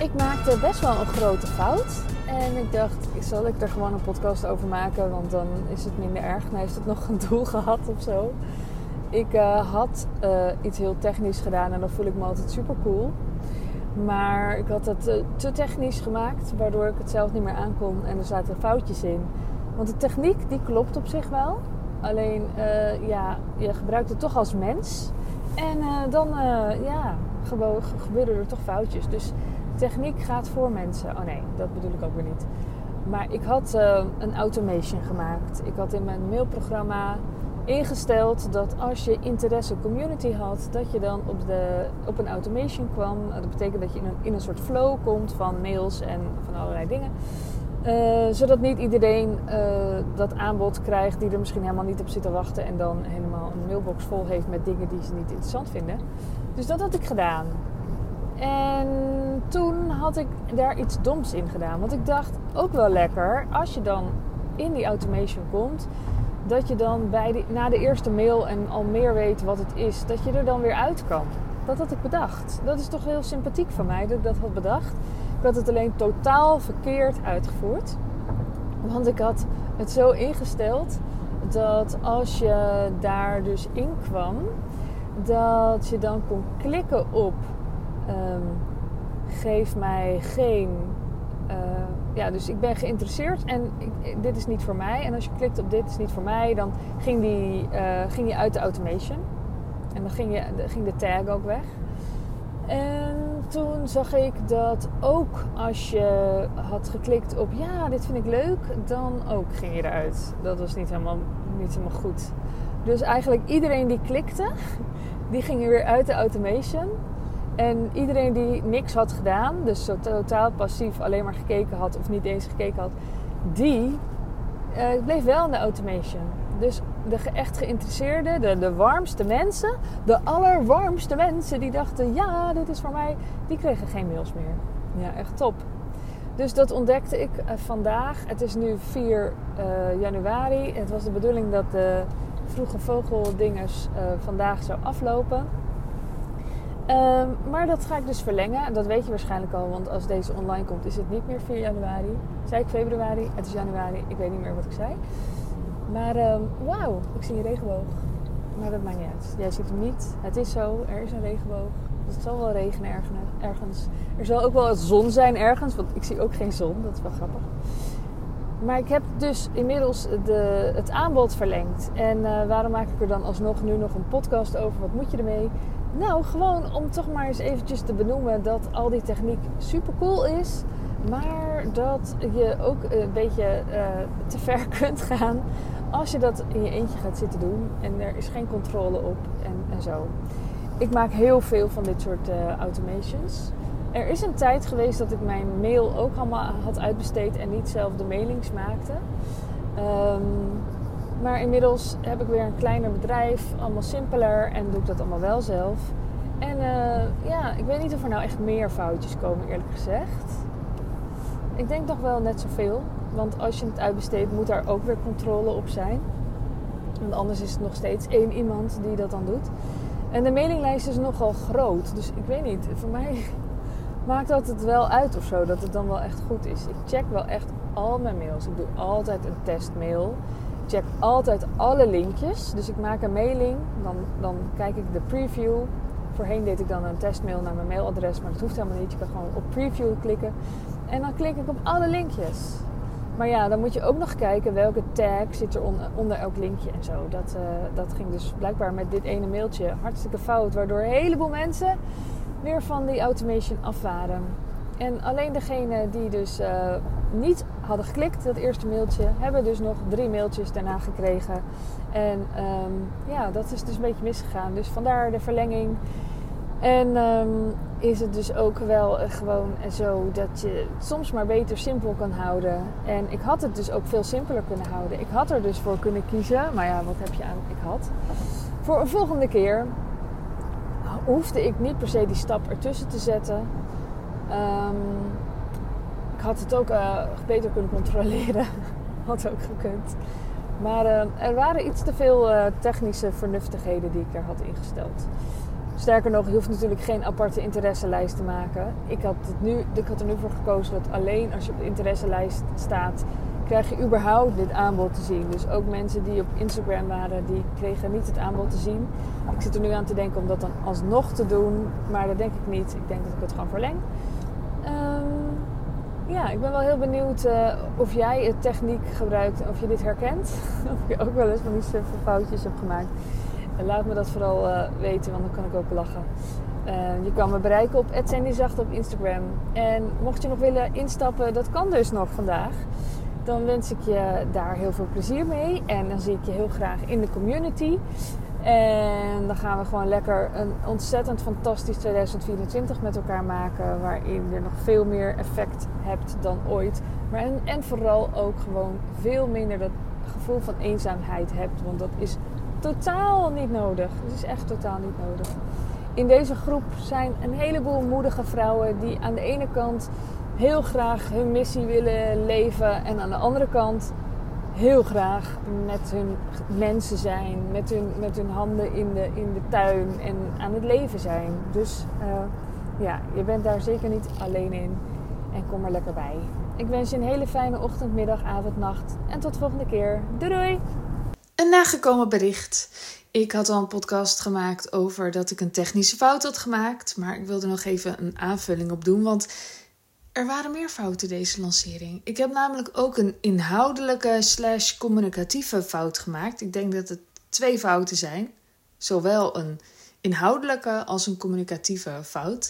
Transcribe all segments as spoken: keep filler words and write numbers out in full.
ik maakte best wel een grote fout. En ik dacht, zal ik er gewoon een podcast over maken? Want dan is het minder erg. Dan heeft het nog een doel gehad of zo. Ik uh, had uh, iets heel technisch gedaan en dan voel ik me altijd super cool. Maar ik had het uh, te technisch gemaakt, waardoor ik het zelf niet meer aankon. En er zaten foutjes in. Want de techniek, die klopt op zich wel. Alleen, uh, ja, je gebruikt het toch als mens. En uh, dan, uh, ja, gebo- gebeuren er toch foutjes. Dus techniek gaat voor mensen. Oh nee, dat bedoel ik ook weer niet. Maar ik had uh, een automation gemaakt. Ik had in mijn mailprogramma ingesteld dat als je interesse community had, dat je dan op, de, op een automation kwam. Dat betekent dat je in een, in een soort flow komt van mails en van allerlei dingen. Uh, zodat niet iedereen uh, dat aanbod krijgt die er misschien helemaal niet op zit te wachten en dan helemaal een mailbox vol heeft met dingen die ze niet interessant vinden. Dus dat had ik gedaan. En toen had ik daar iets doms in gedaan. Want ik dacht, ook wel lekker, als je dan in die automation komt, dat je dan bij die, na de eerste mail en al meer weet wat het is, dat je er dan weer uit kan. Dat had ik bedacht. Dat is toch heel sympathiek van mij dat ik dat had bedacht. Ik had het alleen totaal verkeerd uitgevoerd. Want ik had het zo ingesteld dat als je daar dus in kwam, dat je dan kon klikken op um, geef mij geen... Uh, ja, dus ik ben geïnteresseerd en ik, dit is niet voor mij. En als je klikt op dit is niet voor mij, dan ging, die, uh, ging je uit de automation. En dan ging, je, ging de tag ook weg. En toen zag ik dat ook als je had geklikt op ja, dit vind ik leuk, dan ook ging je eruit. Dat was niet helemaal, niet helemaal goed. Dus eigenlijk iedereen die klikte, die ging weer uit de automation. En iedereen die niks had gedaan, dus zo totaal passief alleen maar gekeken had of niet eens gekeken had, die uh, bleef wel in de automation. Dus de echt geïnteresseerden, de, de warmste mensen, de allerwarmste mensen die dachten ja, dit is voor mij, die kregen geen mails meer. Ja, echt top. Dus dat ontdekte ik uh, vandaag. Het is nu vier uh, januari. Het was de bedoeling dat de vroege vogeldingers uh, vandaag zou aflopen. Um, maar dat ga ik dus verlengen. Dat weet je waarschijnlijk al, want als deze online komt is het niet meer vier januari. Zei ik februari? Het is januari. Ik weet niet meer wat ik zei. Maar um, wauw, ik zie een regenboog. Maar dat maakt niet uit. Jij ziet hem niet. Het is zo, er is een regenboog. Dus het zal wel regenen ergens. Er zal ook wel wat zon zijn ergens, want ik zie ook geen zon. Dat is wel grappig. Maar ik heb dus inmiddels de, het aanbod verlengd. En uh, waarom maak ik er dan alsnog nu nog een podcast over? Wat moet je ermee? Nou, gewoon om toch maar eens eventjes te benoemen dat al die techniek super cool is. Maar dat je ook een beetje uh, te ver kunt gaan als je dat in je eentje gaat zitten doen. En er is geen controle op en, en zo. Ik maak heel veel van dit soort uh, automations. Er is een tijd geweest dat ik mijn mail ook allemaal had uitbesteed en niet zelf de mailings maakte. Um, maar inmiddels heb ik weer een kleiner bedrijf, allemaal simpeler en doe ik dat allemaal wel zelf. En uh, ja, ik weet niet of er nou echt meer foutjes komen, eerlijk gezegd. Ik denk toch wel net zoveel. Want als je het uitbesteedt, moet daar ook weer controle op zijn. Want anders is het nog steeds één iemand die dat dan doet. En de mailinglijst is nogal groot. Dus ik weet niet, voor mij maakt dat het wel uit of zo, dat het dan wel echt goed is. Ik check wel echt al mijn mails. Ik doe altijd een testmail. Ik check altijd alle linkjes. Dus ik maak een mailing, dan, dan kijk ik de preview. Voorheen deed ik dan een testmail naar mijn mailadres, maar dat hoeft helemaal niet. Je kan gewoon op preview klikken. En dan klik ik op alle linkjes. Maar ja, dan moet je ook nog kijken welke tag zit er onder, onder elk linkje en zo. Dat, uh, dat ging dus blijkbaar met dit ene mailtje hartstikke fout. Waardoor een heleboel mensen weer van die automation af waren. En alleen degene die dus uh, niet hadden geklikt, dat eerste mailtje, hebben dus nog drie mailtjes daarna gekregen. En um, ja, dat is dus een beetje misgegaan. Dus vandaar de verlenging. En um, is het dus ook wel uh, gewoon zo dat je het soms maar beter simpel kan houden. En ik had het dus ook veel simpeler kunnen houden. Ik had er dus voor kunnen kiezen. Maar ja, wat heb je aan? Ik had. Voor een volgende keer hoefde ik niet per se die stap ertussen te zetten. Um, ik had het ook uh, beter kunnen controleren. Had ook gekund. Maar uh, er waren iets te veel uh, technische vernuftigheden die ik er had ingesteld. Sterker nog, je hoeft natuurlijk geen aparte interesselijst te maken. Ik had, het nu, ik had er nu voor gekozen dat alleen als je op de interesselijst staat, krijg je überhaupt dit aanbod te zien. Dus ook mensen die op Instagram waren, die kregen niet het aanbod te zien. Ik zit er nu aan te denken om dat dan alsnog te doen, maar dat denk ik niet. Ik denk dat ik het gewoon verleng. Um, ja, ik ben wel heel benieuwd uh, of jij het techniek gebruikt en of je dit herkent. Of je ook wel eens van die suffe foutjes hebt gemaakt. En laat me dat vooral uh, weten, want dan kan ik ook lachen. Uh, je kan me bereiken op at sandy zacht op Instagram. En mocht je nog willen instappen, dat kan dus nog vandaag. Dan wens ik je daar heel veel plezier mee. En dan zie ik je heel graag in de community. En dan gaan we gewoon lekker een ontzettend fantastisch tweeduizend vierentwintig met elkaar maken. Waarin je nog veel meer effect hebt dan ooit. Maar en, en vooral ook gewoon veel minder dat gevoel van eenzaamheid hebt. Want dat is totaal niet nodig. Het is echt totaal niet nodig. In deze groep zijn een heleboel moedige vrouwen die aan de ene kant heel graag hun missie willen leven. En aan de andere kant heel graag met hun mensen zijn. Met hun, met hun handen in de, in de tuin en aan het leven zijn. Dus uh, ja, je bent daar zeker niet alleen in. En kom er lekker bij. Ik wens je een hele fijne ochtend, middag, avond, nacht. En tot de volgende keer. Doei doei! Een nagekomen bericht. Ik had al een podcast gemaakt over dat ik een technische fout had gemaakt. Maar ik wilde nog even een aanvulling op doen. Want er waren meer fouten deze lancering. Ik heb namelijk ook een inhoudelijke slash communicatieve fout gemaakt. Ik denk dat het twee fouten zijn. Zowel een inhoudelijke als een communicatieve fout.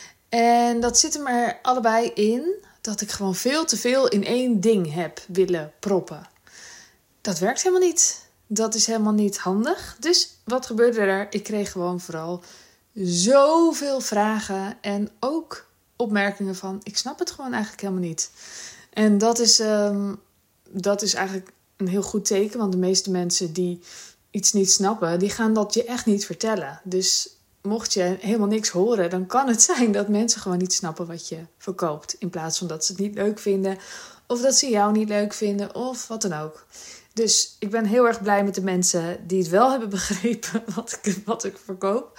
En dat zit er maar allebei in dat ik gewoon veel te veel in één ding heb willen proppen. Dat werkt helemaal niet. Dat is helemaal niet handig. Dus wat gebeurde er? Ik kreeg gewoon vooral zoveel vragen en ook opmerkingen van ik snap het gewoon eigenlijk helemaal niet. En dat is, um, dat is eigenlijk een heel goed teken. Want de meeste mensen die iets niet snappen, die gaan dat je echt niet vertellen. Dus mocht je helemaal niks horen, dan kan het zijn dat mensen gewoon niet snappen wat je verkoopt. In plaats van dat ze het niet leuk vinden of dat ze jou niet leuk vinden of wat dan ook. Dus ik ben heel erg blij met de mensen die het wel hebben begrepen wat ik, wat ik verkoop.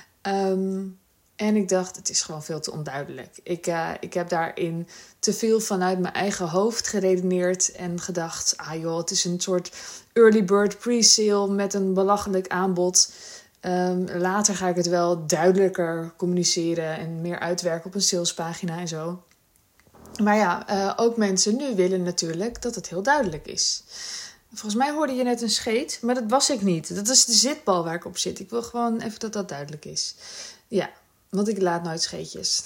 Um, en ik dacht, het is gewoon veel te onduidelijk. Ik, uh, ik heb daarin te veel vanuit mijn eigen hoofd geredeneerd en gedacht, ah joh, het is een soort early bird pre-sale met een belachelijk aanbod. Um, later ga ik het wel duidelijker communiceren en meer uitwerken op een salespagina en zo. Maar ja, uh, ook mensen nu willen natuurlijk dat het heel duidelijk is. Volgens mij hoorde je net een scheet, maar dat was ik niet. Dat is de zitbal waar ik op zit. Ik wil gewoon even dat dat duidelijk is. Ja, want ik laat nooit scheetjes.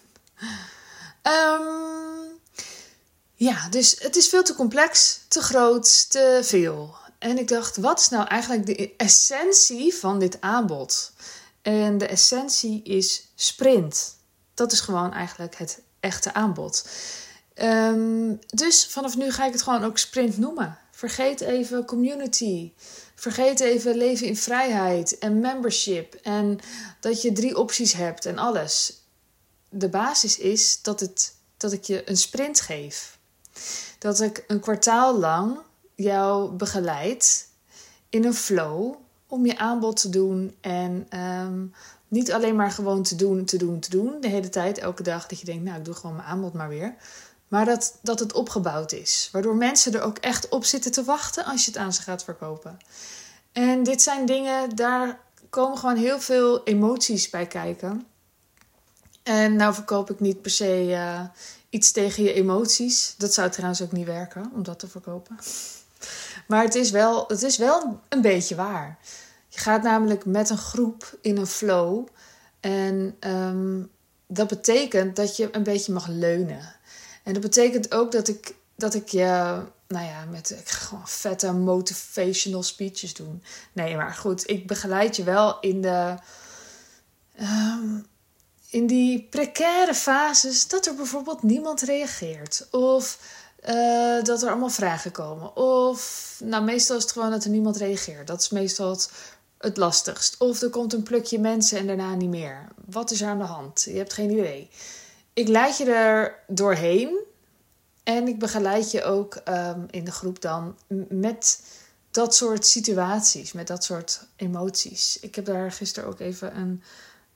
um, ja, dus het is veel te complex, te groot, te veel. En ik dacht, wat is nou eigenlijk de essentie van dit aanbod? En de essentie is sprint. Dat is gewoon eigenlijk het echte aanbod. Um, dus vanaf nu ga ik het gewoon ook sprint noemen. Vergeet even community. Vergeet even leven in vrijheid en membership. En dat je drie opties hebt en alles. De basis is dat, het, dat ik je een sprint geef. Dat ik een kwartaal lang jou begeleid in een flow om je aanbod te doen. En um, niet alleen maar gewoon te doen, te doen, te doen. De hele tijd, elke dag dat je denkt, nou ik doe gewoon mijn aanbod maar weer. Maar dat, dat het opgebouwd is. Waardoor mensen er ook echt op zitten te wachten als je het aan ze gaat verkopen. En dit zijn dingen, daar komen gewoon heel veel emoties bij kijken. En nou verkoop ik niet per se uh, iets tegen je emoties. Dat zou trouwens ook niet werken om dat te verkopen. Maar het is wel, het is wel een beetje waar. Je gaat namelijk met een groep in een flow. En um, dat betekent dat je een beetje mag leunen. En dat betekent ook dat ik, dat ik je, nou ja, met ik ga gewoon vette motivational speeches doen. Nee, maar goed, ik begeleid je wel in de, um, in die precaire fases dat er bijvoorbeeld niemand reageert. Of uh, dat er allemaal vragen komen. Of, nou, meestal is het gewoon dat er niemand reageert. Dat is meestal het, het lastigst. Of er komt een plukje mensen en daarna niet meer. Wat is er aan de hand? Je hebt geen idee. Ik leid je er doorheen en ik begeleid je ook um, in de groep dan met dat soort situaties, met dat soort emoties. Ik heb daar gisteren ook even een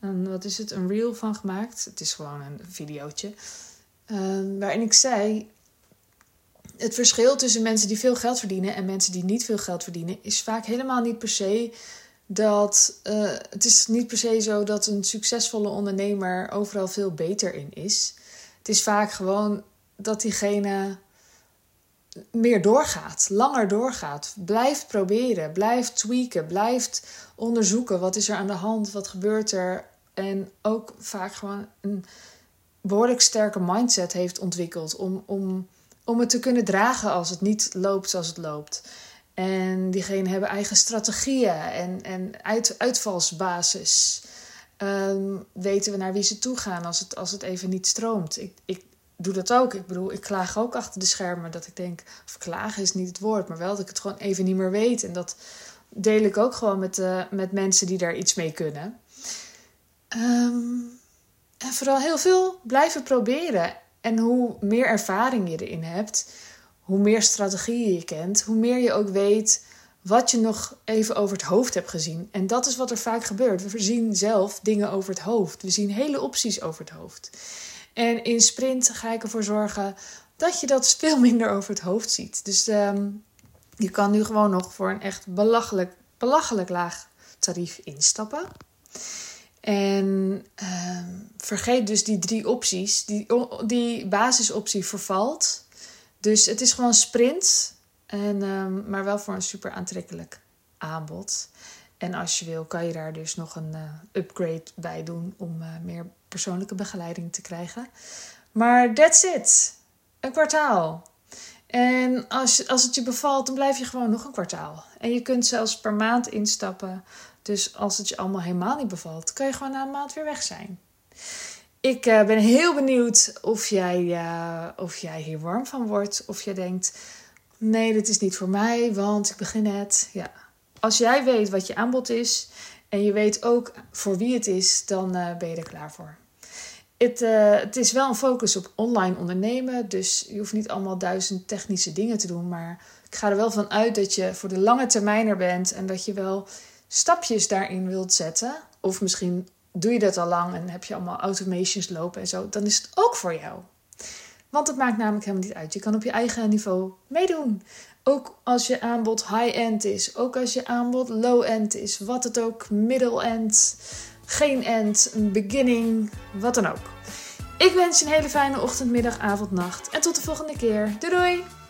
een, wat is het, een reel van gemaakt. Het is gewoon een videootje. Uh, waarin ik zei, het verschil tussen mensen die veel geld verdienen en mensen die niet veel geld verdienen is vaak helemaal niet per se dat, uh, het is niet per se zo dat een succesvolle ondernemer overal veel beter in is. Het is vaak gewoon dat diegene meer doorgaat, langer doorgaat, blijft proberen, blijft tweaken, blijft onderzoeken wat is er aan de hand, wat gebeurt er en ook vaak gewoon een behoorlijk sterke mindset heeft ontwikkeld om, om, om het te kunnen dragen als het niet loopt zoals het loopt. En diegenen hebben eigen strategieën en, en uit, uitvalsbasis. Um, weten we naar wie ze toe gaan als het, als het even niet stroomt. Ik, ik doe dat ook. Ik bedoel, ik klaag ook achter de schermen dat ik denk, of klagen is niet het woord, maar wel dat ik het gewoon even niet meer weet. En dat deel ik ook gewoon met, uh, met mensen die daar iets mee kunnen. Um, en vooral heel veel blijven proberen. En hoe meer ervaring je erin hebt, hoe meer strategieën je kent, hoe meer je ook weet wat je nog even over het hoofd hebt gezien. En dat is wat er vaak gebeurt. We zien zelf dingen over het hoofd. We zien hele opties over het hoofd. En in Sprint ga ik ervoor zorgen dat je dat veel minder over het hoofd ziet. Dus um, je kan nu gewoon nog voor een echt belachelijk, belachelijk laag tarief instappen. En um, vergeet dus die drie opties. Die, die basisoptie vervalt. Dus het is gewoon Sprint. En, um, maar wel voor een super aantrekkelijk aanbod. En als je wil kan je daar dus nog een uh, upgrade bij doen om uh, meer persoonlijke begeleiding te krijgen. Maar that's it. Een kwartaal. En als, als het je bevalt, dan blijf je gewoon nog een kwartaal. En je kunt zelfs per maand instappen. Dus als het je allemaal helemaal niet bevalt, kan je gewoon na een maand weer weg zijn. Ik uh, ben heel benieuwd of jij, uh, of jij hier warm van wordt. Of jij denkt, nee, dit is niet voor mij, want ik begin net. Ja. Als jij weet wat je aanbod is en je weet ook voor wie het is, dan uh, ben je er klaar voor. Het, uh, het is wel een focus op online ondernemen, dus je hoeft niet allemaal duizend technische dingen te doen. Maar ik ga er wel van uit dat je voor de lange termijn er bent en dat je wel stapjes daarin wilt zetten. Of misschien doe je dat al lang en heb je allemaal automations lopen en zo. Dan is het ook voor jou. Want het maakt namelijk helemaal niet uit. Je kan op je eigen niveau meedoen. Ook als je aanbod high-end is. Ook als je aanbod low-end is. Wat het ook, middle-end, geen end, een beginning, wat dan ook. Ik wens je een hele fijne ochtend, middag, avond, nacht. En tot de volgende keer. Doei doei!